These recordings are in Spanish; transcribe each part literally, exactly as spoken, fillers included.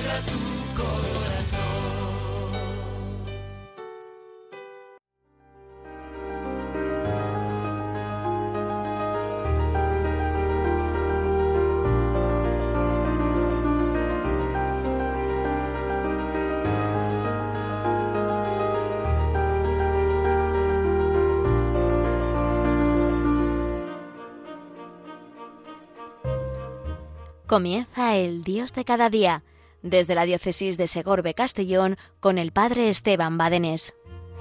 alegra tu corazón. Comienza el Dios de cada día, desde la diócesis de Segorbe Castellón, con el padre Esteban Badenés.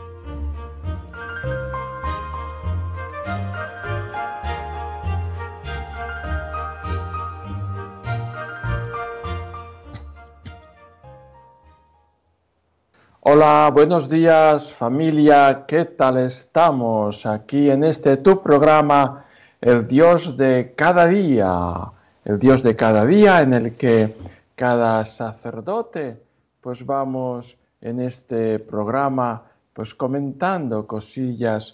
Hola, buenos días familia, ¿qué tal estamos? Aquí en este tu programa, el Dios de cada día. El Dios de cada día en el que cada sacerdote pues vamos en este programa pues comentando cosillas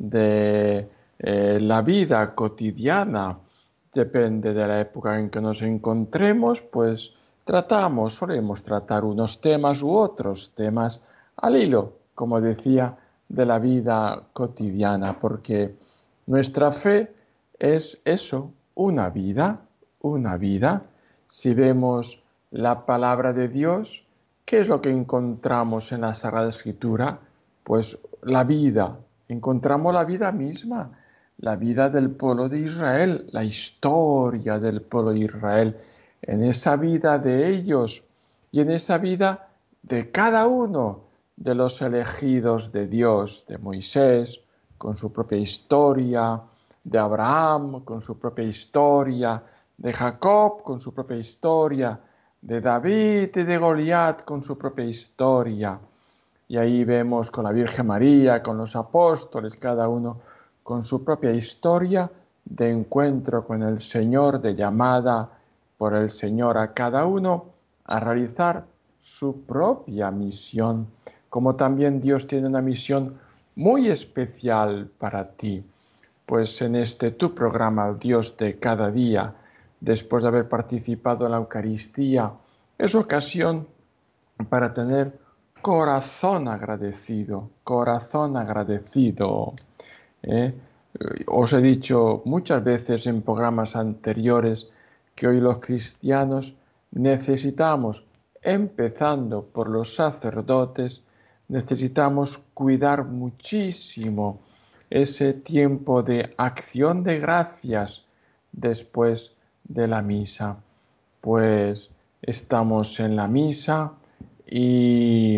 de eh, la vida cotidiana. Depende de la época en que nos encontremos, pues tratamos, solemos tratar unos temas u otros temas al hilo, como decía, de la vida cotidiana, porque nuestra fe es eso, una vida, una vida. Si vemos la palabra de Dios, ¿qué es lo que encontramos en la Sagrada Escritura? Pues la vida, encontramos la vida misma, la vida del pueblo de Israel, la historia del pueblo de Israel, en esa vida de ellos y en esa vida de cada uno de los elegidos de Dios, de Moisés, con su propia historia, de Abraham, con su propia historia, de Jacob, con su propia historia, de David y de Goliat, con su propia historia. Y ahí vemos con la Virgen María, con los apóstoles, cada uno con su propia historia de encuentro con el Señor, de llamada por el Señor a cada uno a realizar su propia misión, como también Dios tiene una misión muy especial para ti. Pues en este tu programa, el Dios de cada día, después de haber participado en la Eucaristía, es ocasión para tener corazón agradecido, corazón agradecido. ¿eh? Os he dicho muchas veces en programas anteriores que hoy los cristianos necesitamos, empezando por los sacerdotes, necesitamos cuidar muchísimo ese tiempo de acción de gracias después de la misa. Pues estamos en la misa y,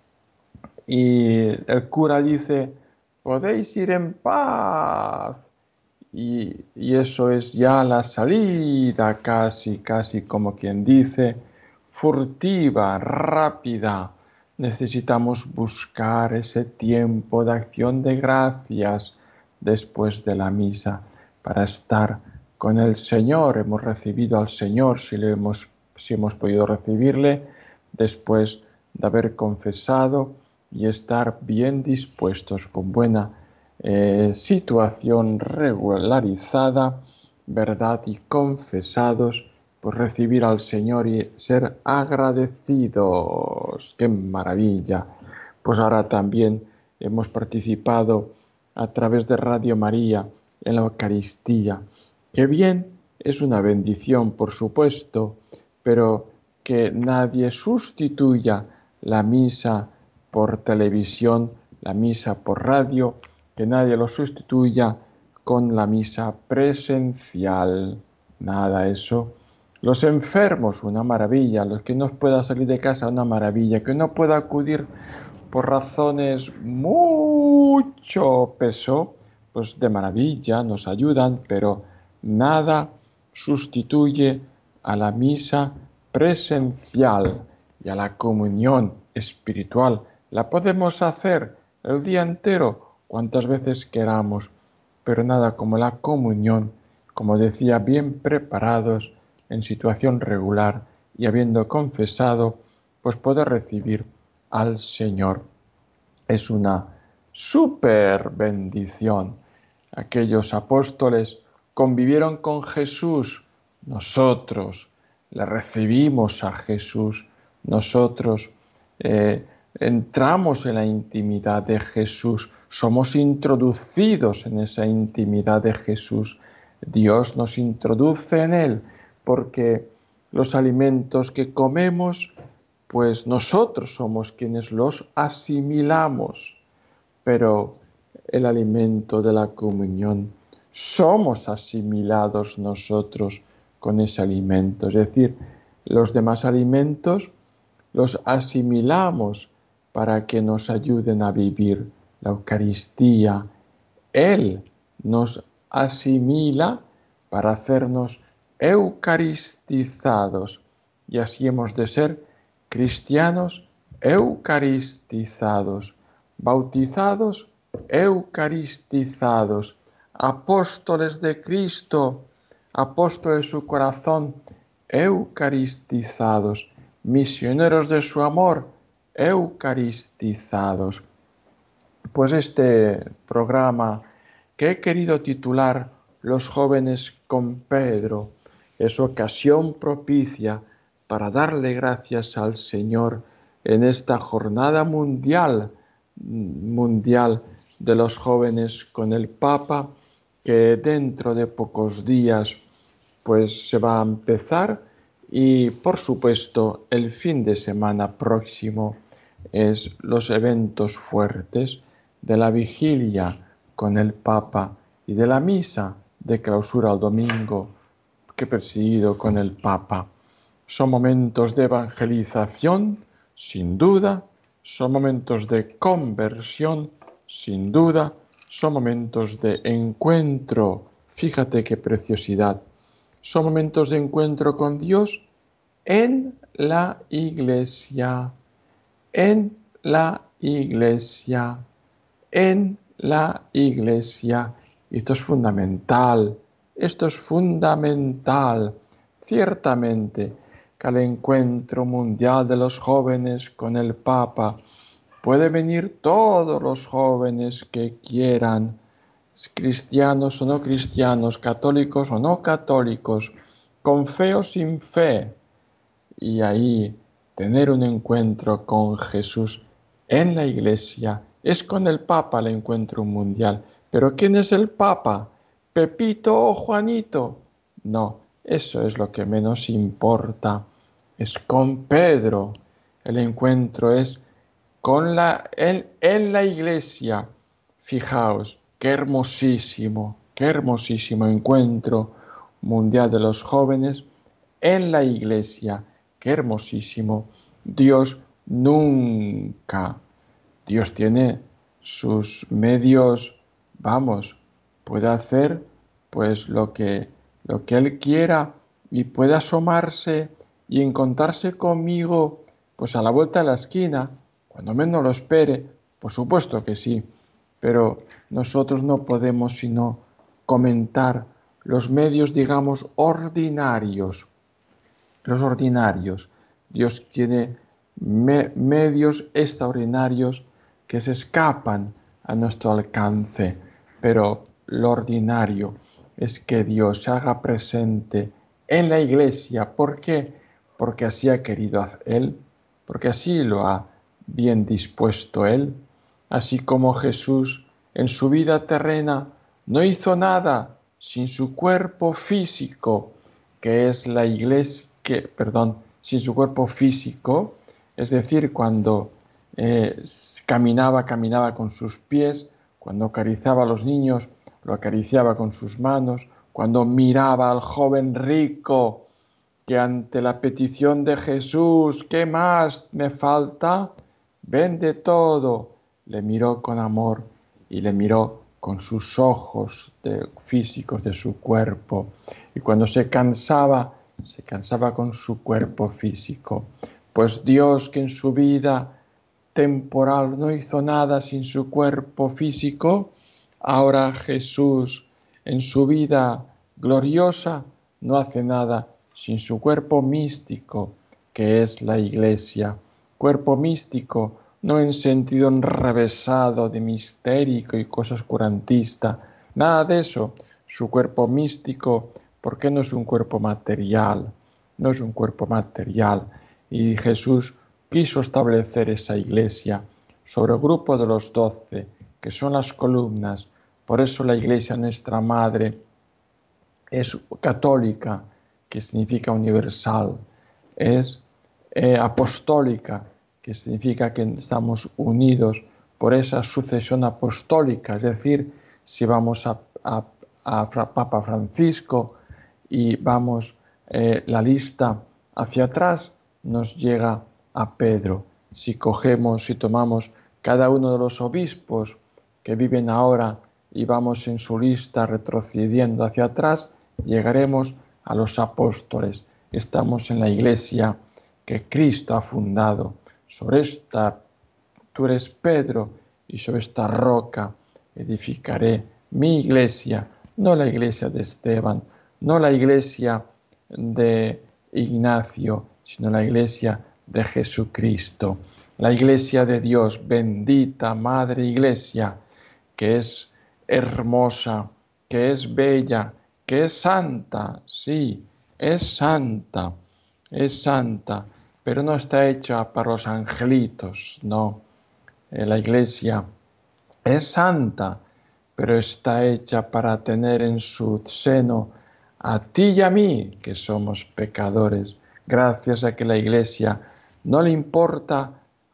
y el cura dice: podéis ir en paz. Y, y eso es ya la salida, casi, casi como quien dice, furtiva, rápida. Necesitamos buscar ese tiempo de acción de gracias después de la misa para estar con el Señor. Hemos recibido al Señor, si, le hemos, si hemos podido recibirle, después de haber confesado y estar bien dispuestos, con buena eh, situación regularizada, verdad, y confesados, por recibir al Señor y ser agradecidos. ¡Qué maravilla! Pues ahora también hemos participado a través de Radio María en la Eucaristía. ¡Qué bien! Es una bendición, por supuesto, pero que nadie sustituya la misa por televisión, la misa por radio, que nadie lo sustituya con la misa presencial. Nada, eso. Los enfermos, una maravilla. Los que no puedan salir de casa, una maravilla. Que no pueda acudir por razones mucho peso, pues de maravilla, nos ayudan, pero nada sustituye a la misa presencial y a la comunión espiritual. La podemos hacer el día entero, cuantas veces queramos, pero nada como la comunión, como decía, bien preparados, en situación regular y habiendo confesado, pues poder recibir al Señor. Es una súper bendición. Aquellos apóstoles convivieron con Jesús, nosotros le recibimos a Jesús, nosotros eh, entramos en la intimidad de Jesús, somos introducidos en esa intimidad de Jesús. Dios nos introduce en Él, porque los alimentos que comemos, pues nosotros somos quienes los asimilamos, pero el alimento de la comunión, somos asimilados nosotros con ese alimento. Es decir, los demás alimentos los asimilamos para que nos ayuden a vivir la Eucaristía. Él nos asimila para hacernos eucaristizados, y así hemos de ser cristianos eucaristizados, bautizados eucaristizados, apóstoles de Cristo, apóstoles de su corazón, eucaristizados, misioneros de su amor, eucaristizados. Pues este programa que he querido titular Los jóvenes con Pedro es ocasión propicia para darle gracias al Señor en esta jornada mundial, mundial de los jóvenes con el Papa, que dentro de pocos días pues se va a empezar, y por supuesto el fin de semana próximo es los eventos fuertes de la vigilia con el Papa y de la misa de clausura al domingo que he presidido con el Papa. Son momentos de evangelización, sin duda, son momentos de conversión, sin duda, son momentos de encuentro. Fíjate qué preciosidad. Son momentos de encuentro con Dios en la Iglesia, en la Iglesia, en la Iglesia. Y esto es fundamental, esto es fundamental. Ciertamente que al encuentro mundial de los jóvenes con el Papa puede venir todos los jóvenes que quieran, cristianos o no cristianos, católicos o no católicos, con fe o sin fe, y ahí tener un encuentro con Jesús en la Iglesia. Es con el Papa el encuentro mundial. ¿Pero quién es el Papa? ¿Pepito o Juanito? No, eso es lo que menos importa. Es con Pedro. El encuentro es con la, en, en la Iglesia. Fijaos, qué hermosísimo, qué hermosísimo encuentro mundial de los jóvenes en la Iglesia. Qué hermosísimo. Dios nunca, Dios tiene sus medios, vamos, puede hacer pues lo que, lo que Él quiera, y puede asomarse y encontrarse conmigo pues a la vuelta de la esquina, cuando menos lo espere. Por supuesto que sí, pero nosotros no podemos sino comentar los medios, digamos, ordinarios. Los ordinarios. Dios tiene me- medios extraordinarios que se escapan a nuestro alcance, pero lo ordinario es que Dios se haga presente en la Iglesia. ¿Por qué? Porque así ha querido Él, porque así lo ha bien dispuesto Él. Así como Jesús en su vida terrena no hizo nada sin su cuerpo físico, que es la Iglesia, que, perdón, sin su cuerpo físico, es decir, cuando eh, caminaba, caminaba con sus pies, cuando acariciaba a los niños, lo acariciaba con sus manos, cuando miraba al joven rico, que ante la petición de Jesús, ¿qué más me falta? Vende todo, le miró con amor y le miró con sus ojos de, físicos de su cuerpo. Y cuando se cansaba, se cansaba con su cuerpo físico. Pues Dios, que en su vida temporal no hizo nada sin su cuerpo físico, ahora Jesús en su vida gloriosa no hace nada sin su cuerpo místico, que es la Iglesia. Cuerpo místico no en sentido enrevesado de mistérico y cosa oscurantista, nada de eso. Su cuerpo místico, porque no es un cuerpo material, no es un cuerpo material. Y Jesús quiso establecer esa iglesia sobre el grupo de los doce, que son las columnas. Por eso la iglesia, nuestra madre, es católica, que significa universal, es eh, apostólica, que significa que estamos unidos por esa sucesión apostólica, es decir, si vamos a, a, a Papa Francisco y vamos eh, la lista hacia atrás, nos llega a Pedro. Si cogemos, si tomamos cada uno de los obispos que viven ahora y vamos en su lista retrocediendo hacia atrás, llegaremos a los apóstoles. Estamos en la iglesia que Cristo ha fundado. Sobre esta, tú eres Pedro, y sobre esta roca edificaré mi iglesia, no la iglesia de Esteban, no la iglesia de Ignacio, sino la iglesia de Jesucristo, la iglesia de Dios, bendita Madre Iglesia, que es hermosa, que es bella, que es santa, sí, es santa, es santa, pero no está hecha para los angelitos, no. La iglesia es santa, pero está hecha para tener en su seno a ti y a mí, que somos pecadores, gracias a que la iglesia no le importa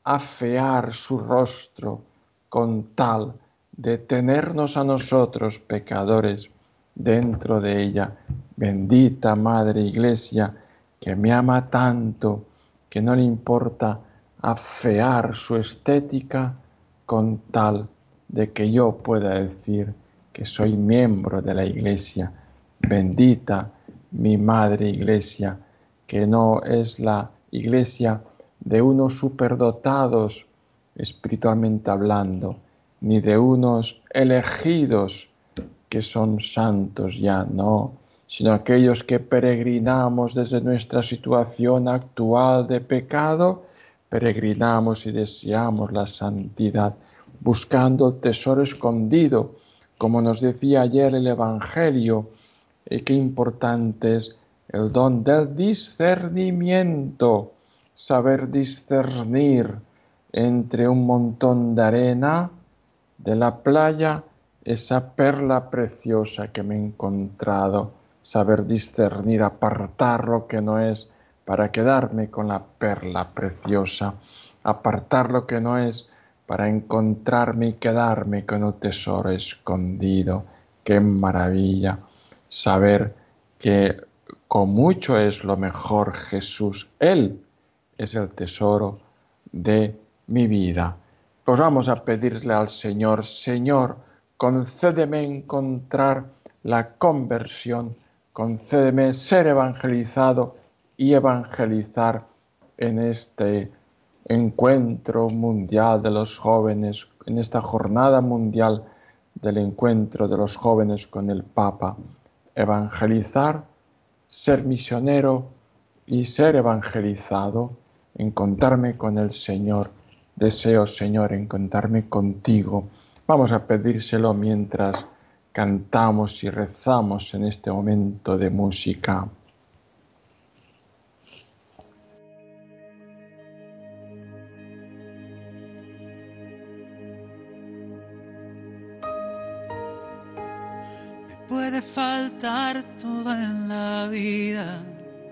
afear su rostro con tal de tenernos a nosotros pecadores dentro de ella. Bendita Madre Iglesia, que me ama tanto, que no le importa afear su estética con tal de que yo pueda decir que soy miembro de la Iglesia. Bendita mi Madre Iglesia, que no es la Iglesia de unos superdotados espiritualmente hablando, ni de unos elegidos que son santos ya, no, sino aquellos que peregrinamos desde nuestra situación actual de pecado, peregrinamos y deseamos la santidad, buscando el tesoro escondido, como nos decía ayer el Evangelio. Eh, qué importante es el don del discernimiento, saber discernir entre un montón de arena de la playa esa perla preciosa que me he encontrado, saber discernir, apartar lo que no es para quedarme con la perla preciosa, apartar lo que no es para encontrarme y quedarme con el tesoro escondido. ¡Qué maravilla! Saber que con mucho es lo mejor Jesús. Él es el tesoro de mi vida. Pues vamos a pedirle al Señor: Señor, concédeme encontrar la conversión, concédeme ser evangelizado y evangelizar en este encuentro mundial de los jóvenes, en esta jornada mundial del encuentro de los jóvenes con el Papa. Evangelizar, ser misionero y ser evangelizado, encontrarme con el Señor. Deseo, Señor, encontrarme contigo. Vamos a pedírselo mientras cantamos y rezamos en este momento de música. Me puede faltar todo en la vida.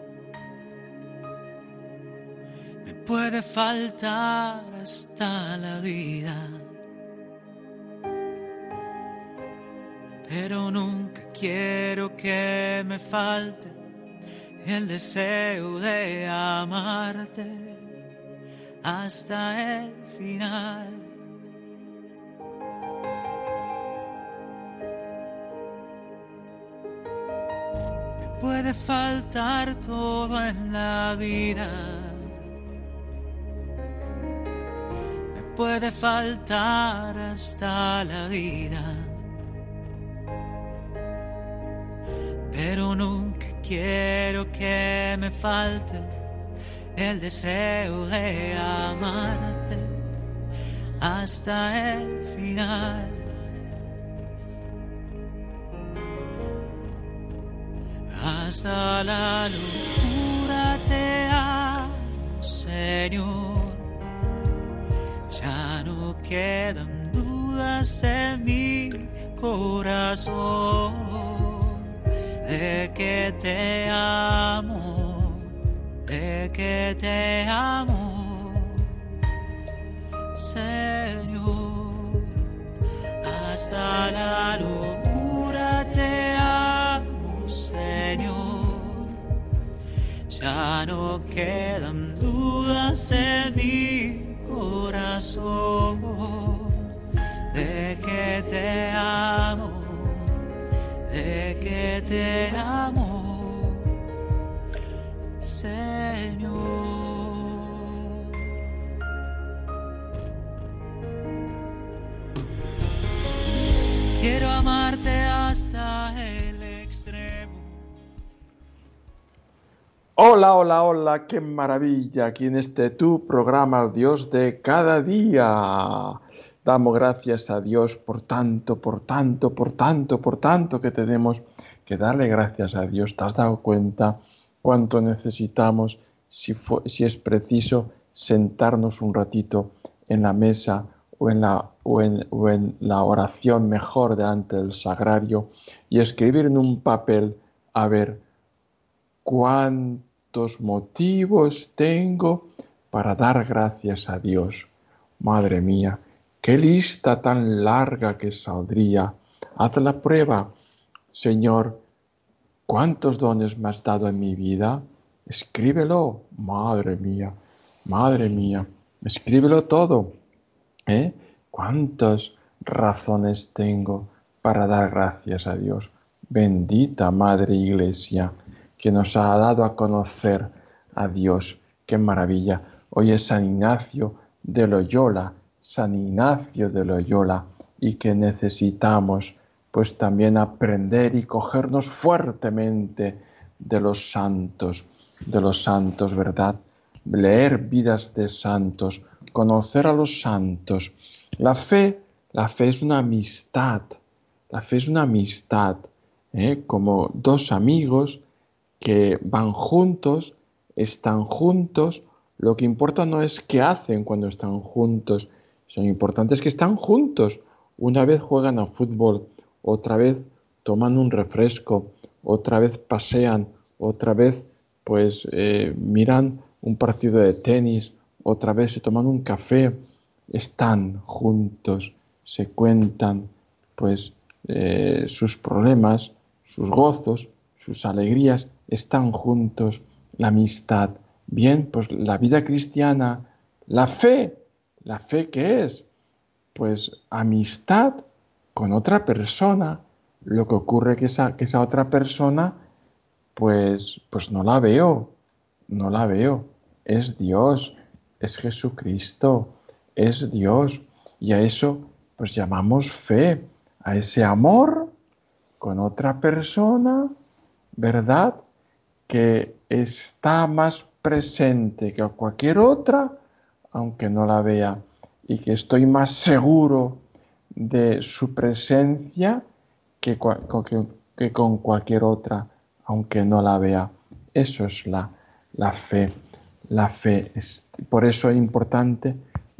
Me puede faltar hasta la vida. Pero nunca quiero que me falte el deseo de amarte hasta el final. Me puede faltar todo en la vida. Me puede faltar hasta la vida. Pero nunca quiero que me falte el deseo de amarte hasta el final. Hasta la locura te amo, Señor. Señor. Ya no quedan dudas en mi corazón de que te amo, de que te amo, Señor. Hasta la locura te amo, Señor. Ya no quedan dudas en mi corazón de que te amo, de que te amo, Señor. Quiero amarte hasta el extremo. Hola, hola, hola, qué maravilla, aquí en este tu programa, el Dios de cada día. Damos gracias a Dios por tanto, por tanto, por tanto, por tanto que tenemos que darle gracias a Dios. ¿Te has dado cuenta cuánto necesitamos, si, fue, si es preciso, sentarnos un ratito en la mesa o en la, o en, o en la oración mejor delante del sagrario y escribir en un papel, a ver, cuántos motivos tengo para dar gracias a Dios? Madre mía, qué lista tan larga que saldría. Haz la prueba. Señor, ¿cuántos dones me has dado en mi vida? Escríbelo. Madre mía, madre mía, escríbelo todo. ¿Eh? ¿Cuántas razones tengo para dar gracias a Dios? Bendita Madre Iglesia, que nos ha dado a conocer a Dios. ¡Qué maravilla! Hoy es San Ignacio de Loyola, San Ignacio de Loyola, y que necesitamos pues también aprender y cogernos fuertemente de los santos, de los santos, ¿verdad? Leer vidas de santos, conocer a los santos. La fe, la fe es una amistad, la fe es una amistad, ¿eh? Como dos amigos que van juntos, están juntos. Lo que importa no es qué hacen cuando están juntos, lo importante es que están juntos. Una vez juegan a fútbol, otra vez toman un refresco, otra vez pasean, otra vez pues eh, miran un partido de tenis, otra vez se toman un café. Están juntos, se cuentan pues eh, sus problemas, sus gozos, sus alegrías, están juntos. La amistad. Bien, pues la vida cristiana, la fe, ¿la fe qué es? Pues amistad con otra persona. Lo que ocurre que esa, que esa otra persona, pues, pues no la veo, no la veo. Es Dios, es Jesucristo, es Dios. Y a eso pues llamamos fe, a ese amor con otra persona, ¿verdad? Que está más presente que cualquier otra, aunque no la vea, y que estoy más seguro de su presencia que, que, que con cualquier otra, aunque no la vea. Eso es la, la fe. La fe es, por eso es importante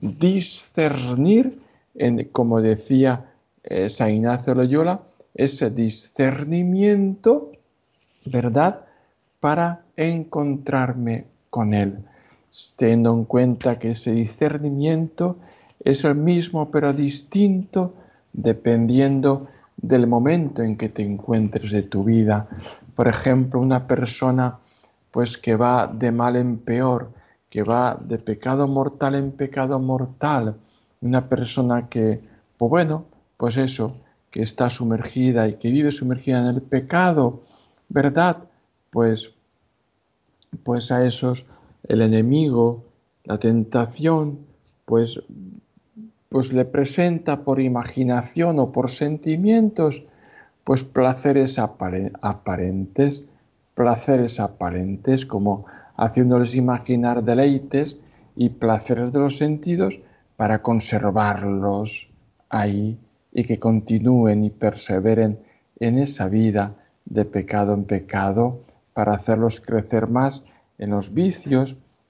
discernir, en, como decía eh, San Ignacio de Loyola, ese discernimiento, ¿verdad?, para encontrarme con Él, teniendo en cuenta que ese discernimiento es el mismo pero distinto dependiendo del momento en que te encuentres de tu vida. Por ejemplo, una persona pues que va de mal en peor, que va de pecado mortal en pecado mortal, una persona que, pues bueno, pues eso, que está sumergida y que vive sumergida en el pecado, ¿verdad? Pues, pues a esos el enemigo, la tentación, pues, pues le presenta por imaginación o por sentimientos, pues placeres aparentes, placeres aparentes, como haciéndoles imaginar deleites y placeres de los sentidos para conservarlos ahí y que continúen y perseveren en esa vida de pecado en pecado, para hacerlos crecer más en los vicios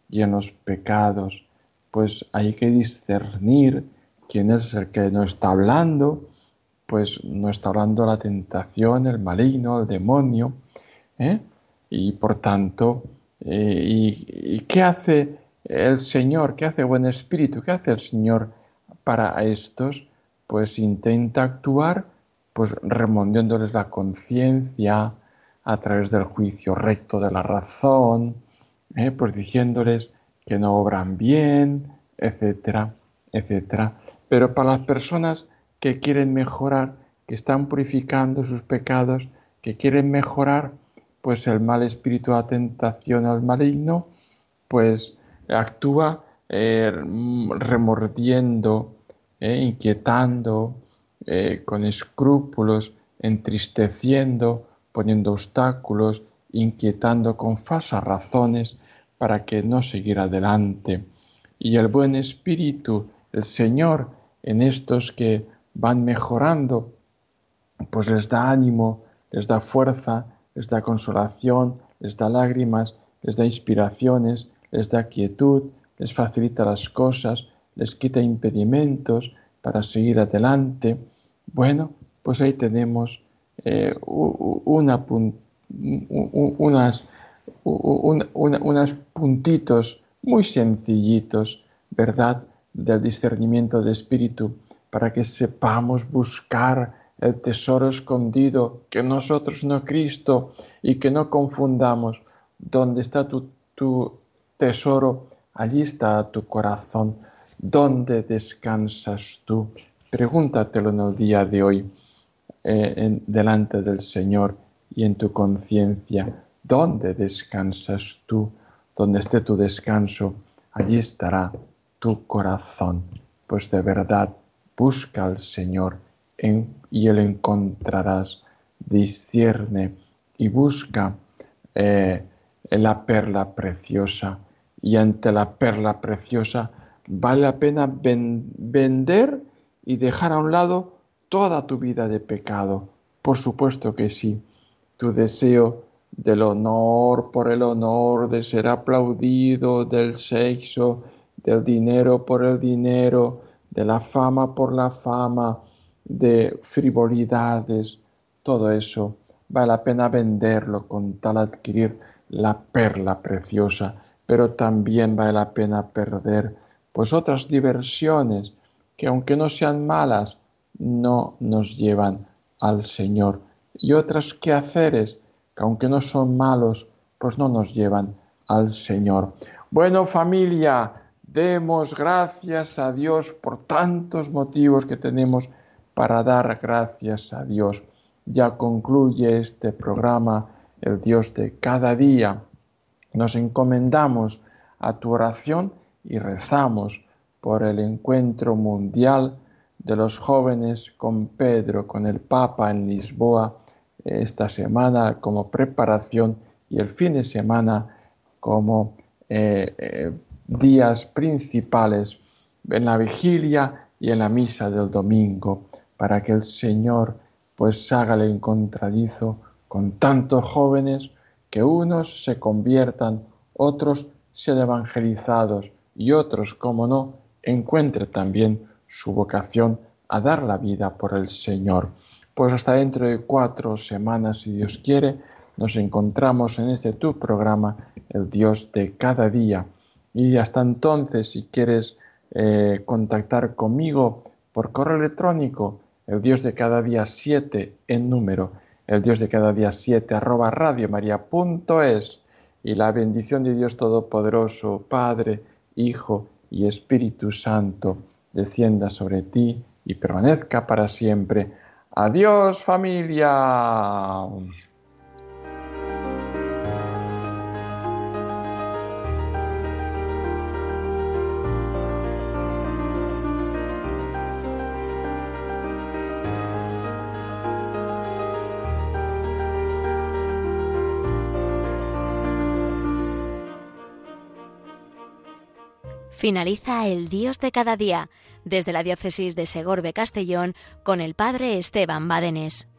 y en los pecados, pues hay que discernir quién es el que nos está hablando, pues no está hablando la tentación, el maligno, el demonio, ¿eh? Y por tanto, eh, y, ¿y qué hace el Señor? ¿Qué hace Buen Espíritu? ¿Qué hace el Señor para estos? Pues intenta actuar, pues removiéndoles la conciencia a través del juicio recto de la razón, ¿eh? Pues diciéndoles que no obran bien, etcétera, etcétera. Pero para las personas que quieren mejorar, que están purificando sus pecados, que quieren mejorar, pues el mal espíritu de tentación al maligno, pues actúa eh, remordiendo, eh, inquietando, eh, con escrúpulos, entristeciendo, poniendo obstáculos, inquietando con falsas razones para que no seguir adelante. Y el buen espíritu, el Señor, en estos que van mejorando, pues les da ánimo, les da fuerza, les da consolación, les da lágrimas, les da inspiraciones, les da quietud, les facilita las cosas, les quita impedimentos para seguir adelante. Bueno, pues ahí tenemos eh, una, unas, una, una, unos puntitos muy sencillitos, ¿verdad?, del discernimiento de espíritu, para que sepamos buscar el tesoro escondido, que nosotros no Cristo, y que no confundamos. Donde está tu, tu tesoro, allí está tu corazón. ¿Dónde descansas tú? Pregúntatelo en el día de hoy, eh, en, delante del Señor y en tu conciencia. ¿Dónde descansas tú? Donde esté tu descanso, allí estará tu corazón. Pues de verdad, busca al Señor en, y Él encontrarás. Discierne y busca eh, la perla preciosa. Y ante la perla preciosa vale la pena ven, vender y dejar a un lado toda tu vida de pecado. Por supuesto que sí. Tu deseo del honor por el honor, de ser aplaudido, del sexo, del dinero por el dinero, de la fama por la fama, de frivolidades, todo eso vale la pena venderlo con tal adquirir la perla preciosa, pero también vale la pena perder pues otras diversiones que, aunque no sean malas, no nos llevan al Señor, y otras quehaceres que, aunque no son malos, pues no nos llevan al Señor. Bueno, familia, demos gracias a Dios por tantos motivos que tenemos para dar gracias a Dios. Ya concluye este programa, el Dios de cada día. Nos encomendamos a tu oración y rezamos por el encuentro mundial de los jóvenes con Pedro, con el Papa en Lisboa, esta semana como preparación y el fin de semana como eh, eh, días principales en la vigilia y en la misa del domingo, para que el Señor pues haga el encontradizo con tantos jóvenes, que unos se conviertan, otros sean evangelizados y otros, como no, encuentren también su vocación a dar la vida por el Señor. Pues hasta dentro de cuatro semanas, si Dios quiere, nos encontramos en este tu programa, el Dios de cada día. Y hasta entonces, si quieres eh, contactar conmigo por correo electrónico, el Dios de cada día siete en número, el Dios de cada día siete arroba radiomaria.es, y la bendición de Dios Todopoderoso, Padre, Hijo y Espíritu Santo, descienda sobre ti y permanezca para siempre. Adiós, familia. Finaliza el Dios de cada día, desde la diócesis de Segorbe Castellón, con el padre Esteban Badenés.